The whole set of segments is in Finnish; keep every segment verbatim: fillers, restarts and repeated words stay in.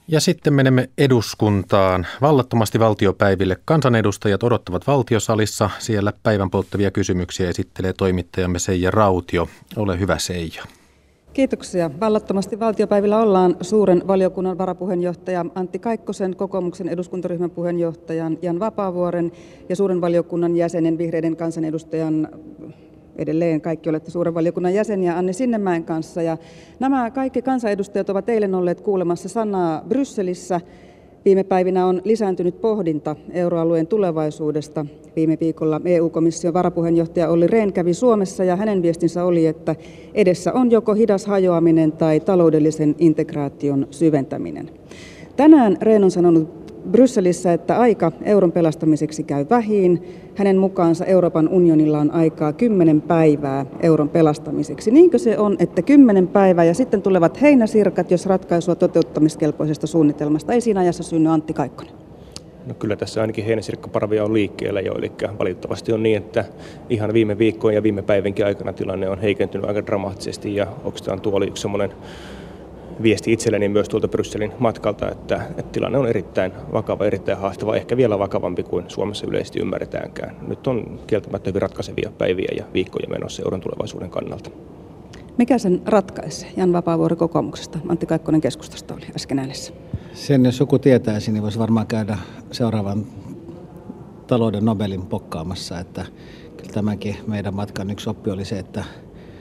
Ja sitten menemme eduskuntaan. Vallattomasti valtiopäiville kansanedustajat odottavat valtiosalissa. Siellä päivän polttavia kysymyksiä esittelee toimittajamme Seija Rautio. Ole hyvä, Seija. Kiitoksia. Vallattomasti valtiopäivillä ollaan suuren valiokunnan varapuheenjohtaja Antti Kaikkosen, kokoomuksen eduskuntaryhmän puheenjohtajan Jan Vapaavuoren ja suuren valiokunnan jäsenen, vihreiden kansanedustajan, edelleen kaikki olette suuren valiokunnan jäseniä, Anne Sinnemäen kanssa. Ja nämä kaikki kansanedustajat ovat eilen olleet kuulemassa Sannaa Brysselissä. Viime päivinä on lisääntynyt pohdinta euroalueen tulevaisuudesta. Viime viikolla E U-komission varapuheenjohtaja Olli Rehn kävi Suomessa ja hänen viestinsä oli, että edessä on joko hidas hajoaminen tai taloudellisen integraation syventäminen. Tänään Rehn on sanonut Brysselissä, että aika euron pelastamiseksi käy vähiin. Hänen mukaansa Euroopan unionilla on aikaa kymmenen päivää euron pelastamiseksi. Niinkö se on, että kymmenen päivää ja sitten tulevat heinäsirkat, jos ratkaisua toteuttamiskelpoisesta suunnitelmasta ei siinä ajassa synny? Antti Kaikkonen. No kyllä tässä ainakin heinäsirkkaparvia on liikkeellä jo, eli valitettavasti on niin, että ihan viime viikkojen ja viime päivänkin aikana tilanne on heikentynyt aika dramaattisesti ja oikeastaan tuo oli yksi semmoinen viesti itselleni myös tuolta Brysselin matkalta, että, että tilanne on erittäin vakava, erittäin haastava, ehkä vielä vakavampi kuin Suomessa yleisesti ymmärretäänkään. Nyt on kieltämättä hyvin ratkaisevia päiviä ja viikkoja menossa euron tulevaisuuden kannalta. Mikä sen ratkaisee? Jan Vapaavuori kokoomuksesta, Antti Kaikkonen keskustasta oli äsken äänessä. Sen jos joku tietäisi, niin voisi varmaan käydä seuraavan talouden Nobelin pokkaamassa, että kyllä tämänkin meidän matkan yksi oppi oli se, että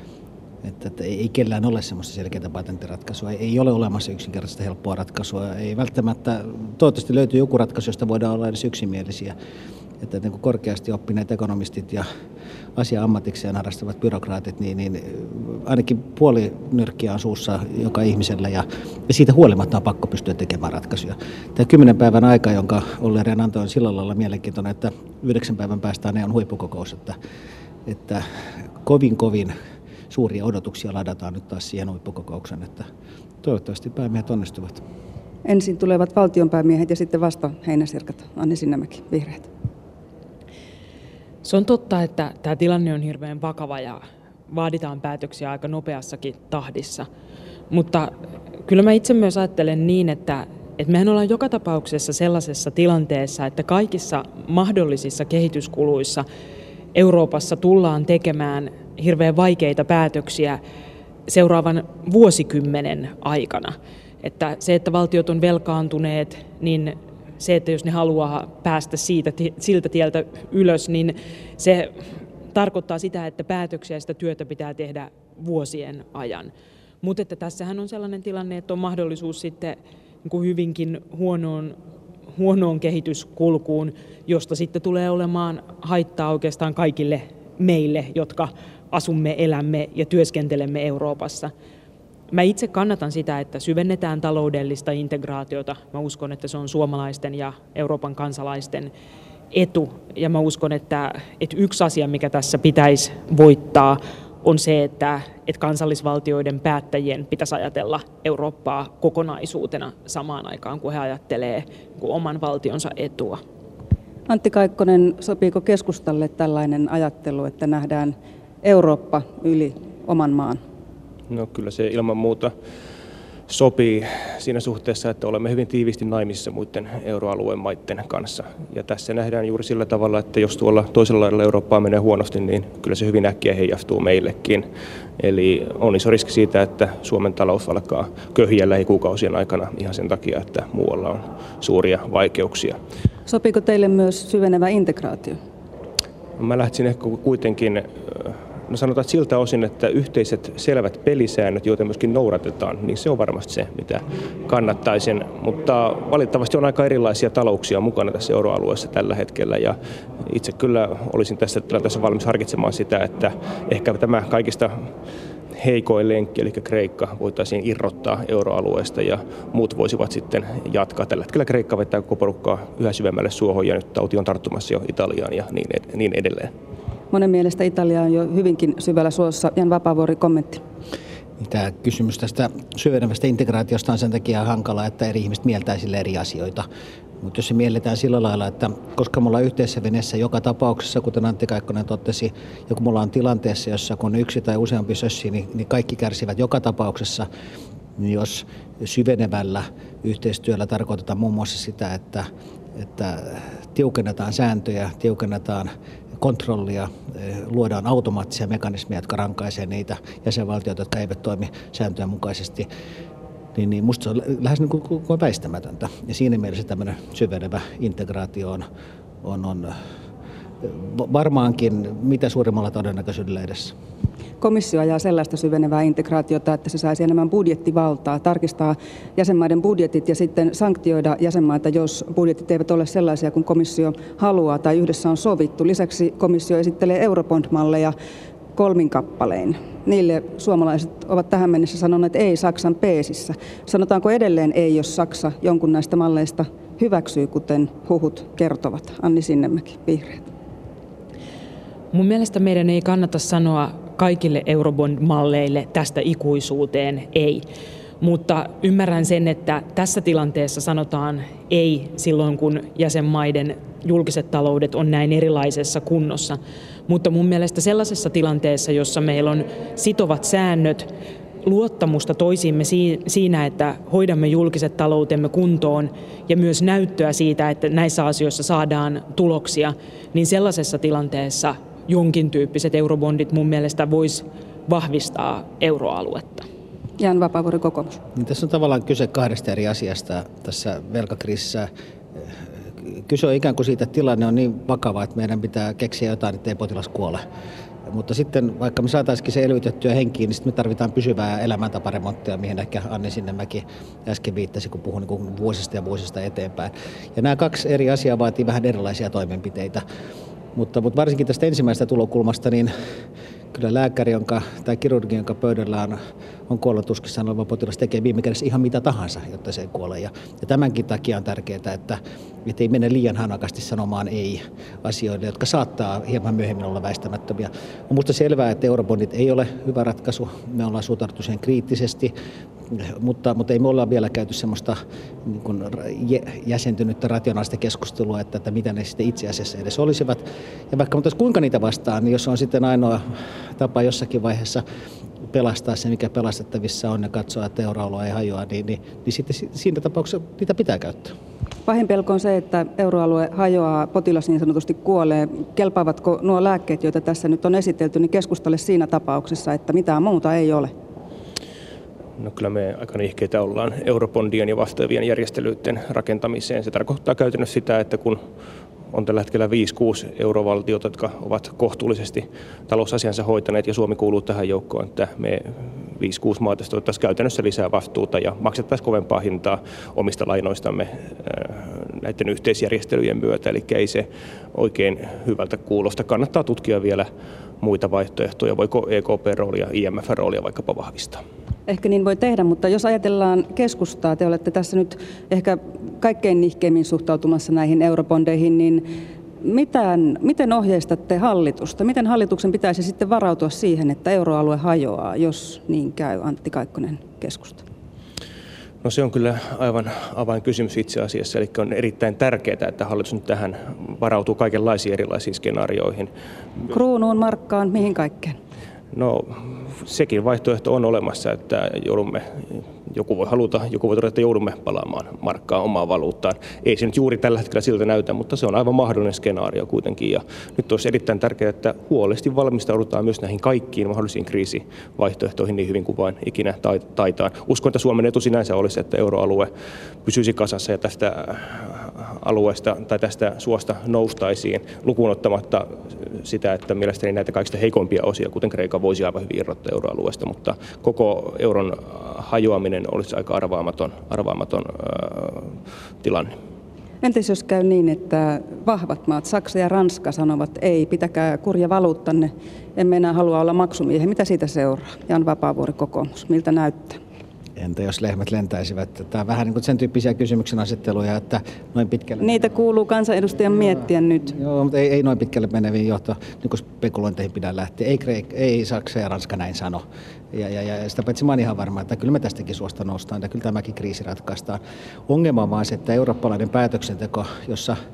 Että, että ei kellään ole semmoista selkeää patenttiratkaisua, ei ole olemassa yksinkertaista helppoa ratkaisua, ei välttämättä, toivottavasti löytyy joku ratkaisu, josta voidaan olla edes yksimielisiä, että niin kuin korkeasti oppineet ekonomistit ja asia-ammatikseen harrastavat byrokraatit, niin, niin ainakin puoli nyrkkiä on suussa joka ihmisellä ja, ja siitä huolimatta on pakko pystyä tekemään ratkaisuja. Tämä kymmenen päivän aika, jonka Olli Rehn antoi, on sillä lailla mielenkiintoinen, että yhdeksän päivän päästä ne on huippukokous, että, että kovin kovin suuria odotuksia ladataan nyt taas siihen huippukokoukseen, että toivottavasti päämiehet onnistuvat. Ensin tulevat valtionpäämiehet ja sitten vasta heinäsirkat. Anne Sinnemäki, vihreät. Se on totta, että tämä tilanne on hirveän vakava ja vaaditaan päätöksiä aika nopeassakin tahdissa. Mutta kyllä mä itse myös ajattelen niin, että, että mehän ollaan joka tapauksessa sellaisessa tilanteessa, että kaikissa mahdollisissa kehityskuluissa Euroopassa tullaan tekemään hirveän vaikeita päätöksiä seuraavan vuosikymmenen aikana. Että se, että valtiot on velkaantuneet, niin se, että jos ne haluaa päästä siitä, siltä tieltä ylös, niin se tarkoittaa sitä, että päätöksiä ja sitä työtä pitää tehdä vuosien ajan. Mutta että tässähän on sellainen tilanne, että on mahdollisuus sitten niin kuin hyvinkin huonoon, huonoon kehityskulkuun, josta sitten tulee olemaan haittaa oikeastaan kaikille meille, jotka asumme, elämme ja työskentelemme Euroopassa. Mä itse kannatan sitä, että syvennetään taloudellista integraatiota. Mä uskon, että se on suomalaisten ja Euroopan kansalaisten etu. Ja mä uskon, että, että yksi asia, mikä tässä pitäisi voittaa, on se, että, että kansallisvaltioiden päättäjien pitäisi ajatella Eurooppaa kokonaisuutena samaan aikaan, kun he ajattelee oman valtionsa etua. Antti Kaikkonen, sopiiko keskustalle tällainen ajattelu, että nähdään Eurooppa yli oman maan? No kyllä se ilman muuta sopii siinä suhteessa, että olemme hyvin tiiviisti naimisissa muiden euroalueen maiden kanssa. Ja tässä nähdään juuri sillä tavalla, että jos tuolla toisella lailla Eurooppaa menee huonosti, niin kyllä se hyvin äkkiä heijastuu meillekin. Eli on iso riski siitä, että Suomen talous alkaa köhiä lähikuukausien aikana ihan sen takia, että muualla on suuria vaikeuksia. Sopiiko teille myös syvenevä integraatio? Mä lähtisin ehkä kuitenkin, no sanotaan että siltä osin, että yhteiset selvät pelisäännöt, joita myöskin noudatetaan, niin se on varmasti se, mitä kannattaisin. Mutta valitettavasti on aika erilaisia talouksia mukana tässä euroalueessa tällä hetkellä ja itse kyllä olisin tässä tilanteessa valmis harkitsemaan sitä, että ehkä tämä kaikista heikoin lenkki, eli Kreikka, voitaisiin irrottaa euroalueesta ja muut voisivat sitten jatkaa. Tällä hetkellä Kreikka vetää koko porukkaa yhä syvemmälle suohon ja nyt tauti on tarttumassa jo Italiaan ja niin, ed- niin edelleen. Monen mielestä Italia on jo hyvinkin syvällä suossa. Jan Vapaavuori, kommentti. Tämä kysymys tästä syvenevästä integraatiosta on sen takia hankala, että eri ihmiset mieltää sille eri asioita. Mutta jos se mielletään sillä lailla, että koska me ollaan yhteisessä veneessä joka tapauksessa, kuten Antti Kaikkonen totesi, ja kun me ollaan tilanteessa, jossa kun yksi tai useampi sössi, niin, niin kaikki kärsivät joka tapauksessa, niin jos syvenevällä yhteistyöllä tarkoitetaan muun muassa sitä, että, että tiukennetaan sääntöjä, tiukennetaan kontrollia, luodaan automaattisia mekanismeja, jotka rankaisee niitä jäsenvaltioita, jotka eivät toimi sääntöjen mukaisesti, niin, niin musta se on lähes niin kuin, kuin väistämätöntä. Ja siinä mielessä tämmöinen syvenevä integraatio on, on, on varmaankin mitä suurimmalla todennäköisyydellä edessä. Komissio ajaa sellaista syvenevää integraatiota, että se saisi enemmän budjettivaltaa, tarkistaa jäsenmaiden budjetit ja sitten sanktioida jäsenmaita, jos budjetit eivät ole sellaisia kuin komissio haluaa tai yhdessä on sovittu. Lisäksi komissio esittelee eurobond-malleja kolmin kappalein. Niille suomalaiset ovat tähän mennessä sanoneet ei Saksan peesissä. Sanotaanko edelleen ei, jos Saksa jonkun näistä malleista hyväksyy, kuten huhut kertovat? Anni Sinnemäki, Vihreät. Mun mielestä meidän ei kannata sanoa kaikille eurobond-malleille tästä ikuisuuteen ei. Mutta ymmärrän sen, että tässä tilanteessa sanotaan ei silloin, kun jäsenmaiden julkiset taloudet on näin erilaisessa kunnossa. Mutta mun mielestä sellaisessa tilanteessa, jossa meillä on sitovat säännöt, luottamusta toisiimme siinä, että hoidamme julkiset taloutemme kuntoon ja myös näyttöä siitä, että näissä asioissa saadaan tuloksia, niin sellaisessa tilanteessa jonkin tyyppiset eurobondit mun mielestä vois vahvistaa euroaluetta. Jan Vapaavuori, kokoomus. Niin tässä on tavallaan kyse kahdesta eri asiasta tässä velkakriisissä. Kyse on ikään kuin siitä, että tilanne on niin vakava, että meidän pitää keksiä jotain, ettei potilas kuole. Mutta sitten vaikka me saataisiin se elvytettyä henkiin, niin sitten me tarvitaan pysyvää elämäntaparemonttia, mihin ehkä Anni Sinnemäki äsken viittasi, kun puhui niin vuosista ja vuosista eteenpäin. Ja nämä kaksi eri asiaa vaatii vähän erilaisia toimenpiteitä. Mutta, mutta varsinkin tästä ensimmäisestä tulokulmasta, niin kyllä lääkäri, jonka, tai kirurgi, jonka pöydällä on, on kuoletuskissaan oleva potilas, tekee viime kädessä ihan mitä tahansa, jotta se ei kuole. Ja, ja tämänkin takia on tärkeää, että, että ei mene liian hanakasti sanomaan ei asioille, jotka saattaa hieman myöhemmin olla väistämättömiä. On minusta selvää, että eurobondit ei ole hyvä ratkaisu. Me ollaan suhtautunut siihen kriittisesti, mutta, mutta ei me olla vielä käyty semmoista niin kuin jäsentynyttä rationaalista keskustelua, että, että mitä ne sitten itse asiassa edes olisivat. Ja vaikka mutta kuinka niitä vastaan, niin jos on sitten ainoa tapa jossakin vaiheessa pelastaa se, mikä pelastettavissa on, ja katsoa, että euroalue ei hajoa, niin, niin, niin sitten siinä tapauksessa niitä pitää käyttää. Pahin pelko on se, että euroalue hajoaa, potilas niin sanotusti kuolee. Kelpaavatko nuo lääkkeet, joita tässä nyt on esitelty, niin keskustalle siinä tapauksessa, että mitään muuta ei ole? No kyllä me aika nihkeitä ollaan eurobondien ja vastaavien järjestelyiden rakentamiseen. Se tarkoittaa käytännössä sitä, että kun on tällä hetkellä viisi kuusi eurovaltiota, jotka ovat kohtuullisesti talousasiansa hoitaneet, ja Suomi kuuluu tähän joukkoon, että me viisi kuusi maata otettaisiin käytännössä lisää vastuuta ja maksettaisiin kovempaa hintaa omista lainoistamme näiden yhteisjärjestelyjen myötä. Eli ei se oikein hyvältä kuulosta. Kannattaa tutkia vielä muita vaihtoehtoja. Voiko E K P-roolia, I M F-roolia vaikkapa vahvistaa? Ehkä niin voi tehdä, mutta jos ajatellaan keskustaa, te olette tässä nyt ehkä kaikkein nihkeimmin suhtautumassa näihin eurobondeihin, niin mitään, miten ohjeistatte hallitusta? Miten hallituksen pitäisi sitten varautua siihen, että euroalue hajoaa, jos niin käy? Antti Kaikkonen, keskusta. No se on kyllä aivan avainkysymys itse asiassa, eli on erittäin tärkeää, että hallitus nyt tähän varautuu kaikenlaisiin erilaisiin skenaarioihin. Kruunuun, markkaan, mihin kaikkeen? No sekin vaihtoehto on olemassa, että joudumme, joku voi haluta, joku voi todeta, että joudumme palaamaan markkaan omaan valuuttaan. Ei se nyt juuri tällä hetkellä siltä näytä, mutta se on aivan mahdollinen skenaario kuitenkin. Ja nyt olisi erittäin tärkeää, että huolellisesti valmistaudutaan myös näihin kaikkiin mahdollisiin kriisivaihtoehtoihin niin hyvin kuin vain ikinä taitaan. Uskon, että Suomen etu sinänsä olisi, että euroalue pysyisi kasassa ja tästä alueesta tai tästä suosta noustaisiin lukuun ottamatta sitä, että mielestäni näitä kaikista heikoimpia osia, kuten Kreikka, voisi aivan hyvin irrottaa euroalueesta, mutta koko euron hajoaminen olisi aika arvaamaton, arvaamaton äh, tilanne. Entäs jos käy niin, että vahvat maat, Saksa ja Ranska, sanovat, ei, pitäkää kurja valuuttanne, emme enää halua olla maksumiehiä. Mitä siitä seuraa? Jan Vapaavuori, kokoomus, miltä näyttää? Entä jos lehmät lentäisivät? Tämä on vähän niin kuin sen tyyppisiä kysymyksen asetteluja, että noin pitkälle... Niitä kuuluu kansanedustajan miettiä nyt. Joo, mutta ei, ei noin pitkälle meneviin johto, niin kuin spekulointeihin pidä lähteä. Ei, Kreik, ei Saksa ja Ranska näin sano. Ja, ja, ja sitä paitsi mä oon ihan varma, että kyllä me tästäkin suosta noustaan ja kyllä tämäkin kriisi ratkaistaan. Ongelma on vaan se, että eurooppalainen päätöksenteko, jossa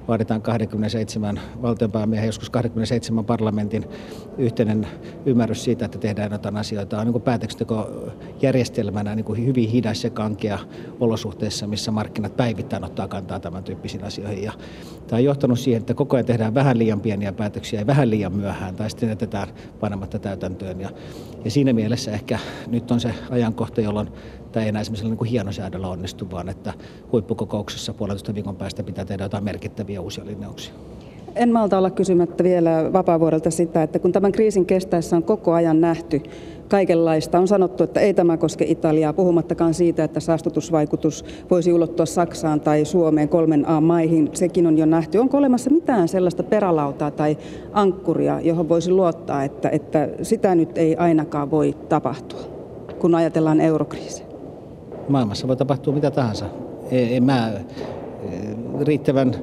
vaaditaan kaksikymmentäseitsemän valtionpäämiehen, joskus kaksikymmentäseitsemän parlamentin yhteinen ymmärrys siitä, että tehdään jotain asioita. On niin kuin päätöksentekojärjestelmänä niin kuin hyvin hidas ja kankea olosuhteissa, missä markkinat päivittäin ottaa kantaa tämän tyyppisiin asioihin. Ja tämä on johtanut siihen, että koko ajan tehdään vähän liian pieniä päätöksiä ja vähän liian myöhään, tai sitten jätetään panematta täytäntöön. Ja, ja siinä mielessä ehkä nyt on se ajankohta, jolloin tämä ei enää esimerkiksi niin kuin hienosäädöllä onnistu, vaan että huippukokouksessa puolentoista viikon päästä pitää tehdä jotain merkittäviä uusia linjauksia. En malta olla kysymättä vielä Vapaavuorelta sitä, että kun tämän kriisin kestäessä on koko ajan nähty kaikenlaista, on sanottu, että ei tämä koske Italiaa, puhumattakaan siitä, että saastutusvaikutus voisi ulottua Saksaan tai Suomeen kolmen A-maihin, sekin on jo nähty. Onko olemassa mitään sellaista perälautaa tai ankkuria, johon voisi luottaa, että, että sitä nyt ei ainakaan voi tapahtua, kun ajatellaan eurokriisiä? Maailmassa voi tapahtua mitä tahansa. En mä riittävän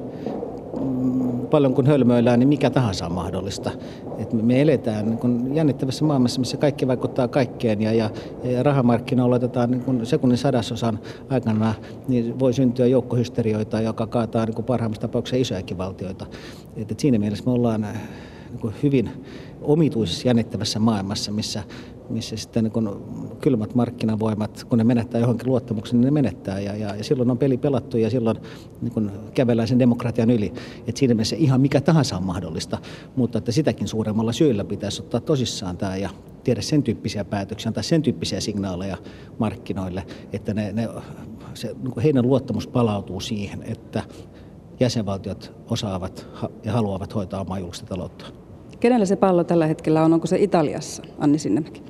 paljon kun hölmöillään, niin mikä tahansa on mahdollista. Et me eletään niin kun jännittävässä maailmassa, missä kaikki vaikuttaa kaikkeen ja, ja, ja rahamarkkinoilla otetaan niin kun sekunnin sadasosan aikana, niin voi syntyä joukkohysterioita, joka kaataa niin kun parhaimmassa tapauksessa isojakin valtioita. Et, et siinä mielessä me ollaan niin kun hyvin omituisessa jännittävässä maailmassa, missä missä sitten niin kun kylmät markkinavoimat, kun ne menettää johonkin luottamuksen, niin ne menettää. Ja, ja, ja silloin on peli pelattu ja silloin niin kun kävellään sen demokratian yli. Et siinä mielessä ihan mikä tahansa on mahdollista, mutta että sitäkin suuremmalla syyllä pitäisi ottaa tosissaan tämä ja tehdä sen tyyppisiä päätöksiä tai sen tyyppisiä signaaleja markkinoille, että ne, ne, se, niin heidän luottamus palautuu siihen, että jäsenvaltiot osaavat ja haluavat hoitaa omaa julkista taloutta. Kenellä se pallo tällä hetkellä on? Onko se Italiassa, Anni Sinnemäki?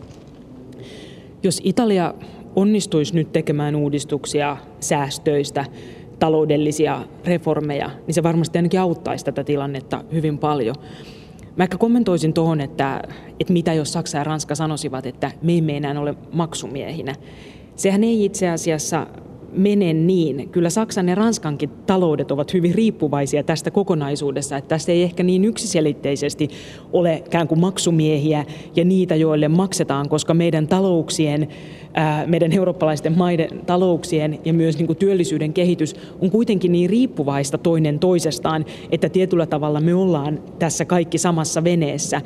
Jos Italia onnistuisi nyt tekemään uudistuksia säästöistä, taloudellisia reformeja, niin se varmasti ainakin auttaisi tätä tilannetta hyvin paljon. Mä ehkä kommentoisin tuohon, että, että mitä jos Saksa ja Ranska sanoisivat, että me emme enää ole maksumiehinä. Sehän ei itse asiassa mene niin. Kyllä Saksan ja Ranskankin taloudet ovat hyvin riippuvaisia tästä kokonaisuudessa, että tässä ei ehkä niin yksiselitteisesti ole ikään kuin maksumiehiä ja niitä, joille maksetaan, koska meidän talouksien, ää, meidän eurooppalaisten maiden talouksien ja myös niin kuin työllisyyden kehitys on kuitenkin niin riippuvaista toinen toisestaan, että tietyllä tavalla me ollaan tässä kaikki samassa veneessä.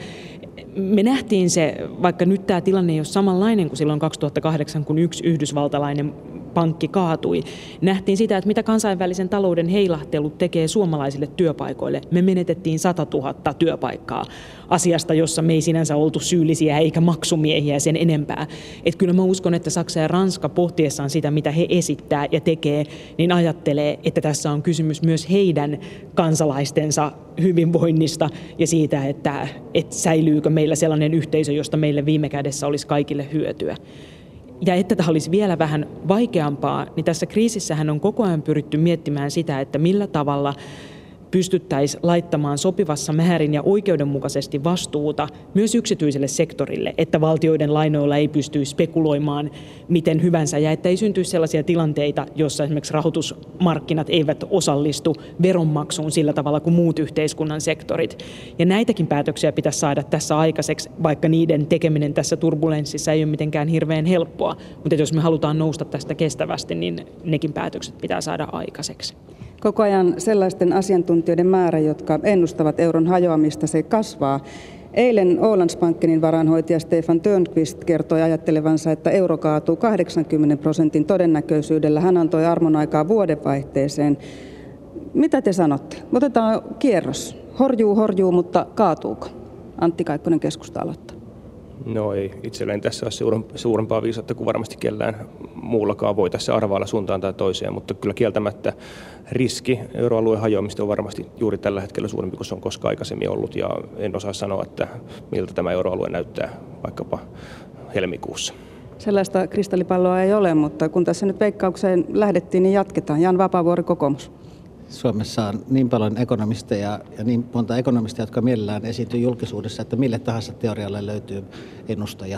Me nähtiin se, vaikka nyt tämä tilanne ei ole samanlainen kuin silloin kaksituhattakahdeksan, kun yksi yhdysvaltalainen pankki kaatui. Nähtiin sitä, että mitä kansainvälisen talouden heilahtelu tekee suomalaisille työpaikoille. Me menetettiin sata tuhatta työpaikkaa asiasta, jossa me ei sinänsä oltu syyllisiä eikä maksumiehiä sen enempää. Et kyllä mä uskon, että Saksa ja Ranska pohtiessaan sitä, mitä he esittää ja tekee, niin ajattelee, että tässä on kysymys myös heidän kansalaistensa hyvinvoinnista ja siitä, että, että säilyykö meillä sellainen yhteisö, josta meille viime kädessä olisi kaikille hyötyä. Ja että tämä olisi vielä vähän vaikeampaa, niin tässä kriisissähän on koko ajan pyritty miettimään sitä, että millä tavalla pystyttäisiin laittamaan sopivassa määrin ja oikeudenmukaisesti vastuuta myös yksityiselle sektorille, että valtioiden lainoilla ei pystyisi spekuloimaan miten hyvänsä ja että ei syntyisi sellaisia tilanteita, joissa esimerkiksi rahoitusmarkkinat eivät osallistu veronmaksuun sillä tavalla kuin muut yhteiskunnan sektorit. Ja näitäkin päätöksiä pitäisi saada tässä aikaiseksi, vaikka niiden tekeminen tässä turbulenssissa ei ole mitenkään hirveän helppoa. Mutta jos me halutaan nousta tästä kestävästi, niin nekin päätökset pitää saada aikaiseksi. Koko ajan sellaisten asiantuntijoiden määrä, jotka ennustavat euron hajoamista, se kasvaa. Eilen Ålandsbankenin varainhoitaja Stefan Törnqvist kertoi ajattelevansa, että euro kaatuu kahdeksankymmentä prosentin todennäköisyydellä. Hän antoi armon aikaa vuodenvaihteeseen. Mitä te sanotte? Otetaan kierros. Horjuu, horjuu, mutta kaatuuko? Antti Kaikkonen keskusta aloittaa. No ei itselleen tässä ole suurempaa viisautta kuin varmasti kellään muullakaan voi tässä arvailla suuntaan tai toiseen, mutta kyllä kieltämättä riski euroalueen hajoamista on varmasti juuri tällä hetkellä suurempi kuin se on koskaan aikaisemmin ollut ja en osaa sanoa, että miltä tämä euroalue näyttää vaikkapa helmikuussa. Sellaista kristallipalloa ei ole, mutta kun tässä nyt veikkaukseen lähdettiin, niin jatketaan. Jan Vapaavuori, kokoomus. Suomessa on niin paljon ekonomisteja ja niin monta ekonomistia, jotka mielellään esiintyy julkisuudessa, että mille tahansa teorialle löytyy ennustaja.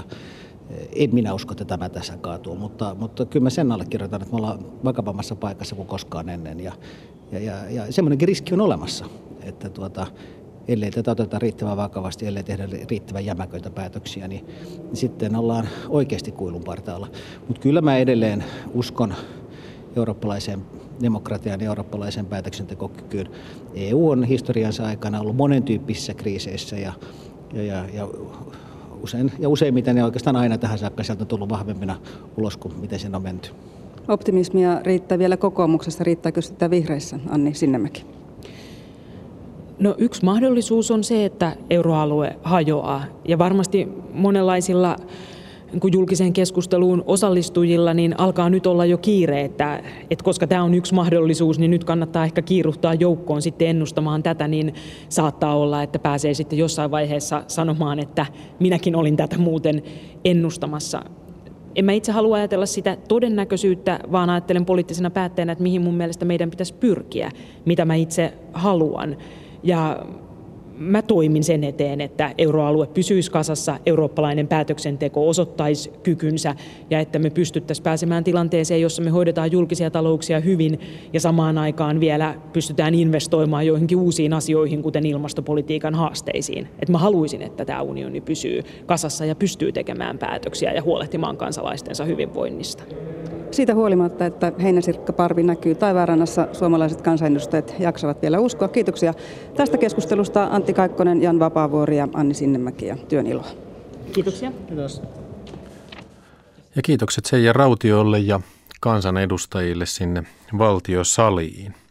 En minä usko, että tämä tässä kaatuu, mutta, mutta kyllä mä sen allekirjoitan, että me ollaan vakavammassa paikassa kuin koskaan ennen. Ja, ja, ja, ja semmoinenkin riski on olemassa, että tuota, ellei tätä oteta riittävän vakavasti, ellei tehdä riittävän jämäköitä päätöksiä, niin, niin sitten ollaan oikeasti kuilun partaalla. Mutta kyllä mä edelleen uskon eurooppalaiseen demokratian ja eurooppalaisen päätöksentekokykyyn. E U on historiansa aikana ollut monen tyyppisissä kriiseissä ja, ja, ja, ja, usein, ja useimmiten ja oikeastaan aina tähän saakka sieltä on tullut vahvemmina ulos kuin miten sen on menty. Optimismia riittää vielä kokoomuksessa. Riittääkö sitä vihreissä, Anni Sinnemäki? No yksi mahdollisuus on se, että euroalue hajoaa ja varmasti monenlaisilla niin julkiseen keskusteluun osallistujilla niin alkaa nyt olla jo kiire, että, että koska tämä on yksi mahdollisuus, niin nyt kannattaa ehkä kiiruhtaa joukkoon sitten ennustamaan tätä, niin saattaa olla, että pääsee sitten jossain vaiheessa sanomaan, että minäkin olin tätä muuten ennustamassa. En mä itse halua ajatella sitä todennäköisyyttä, vaan ajattelen poliittisena päättäjänä, että mihin mun mielestä meidän pitäisi pyrkiä, mitä mä itse haluan. Ja mä toimin sen eteen, että euroalue pysyisi kasassa, eurooppalainen päätöksenteko osoittaisi kykynsä ja että me pystyttäisiin pääsemään tilanteeseen, jossa me hoidetaan julkisia talouksia hyvin ja samaan aikaan vielä pystytään investoimaan joihinkin uusiin asioihin, kuten ilmastopolitiikan haasteisiin. Et mä haluaisin, että tämä unioni pysyy kasassa ja pystyy tekemään päätöksiä ja huolehtimaan kansalaistensa hyvinvoinnista. Siitä huolimatta, että heinäsirkkaparvi näkyy taivaanrannassa, suomalaiset kansanedustajat jaksavat vielä uskoa. Kiitoksia tästä keskustelusta Antti Kaikkonen, Jan Vapaavuori ja Anni Sinnemäki ja työn iloa. Kiitoksia. Kiitos. Ja kiitokset Seija Rautiolle ja kansanedustajille sinne valtiosaliin.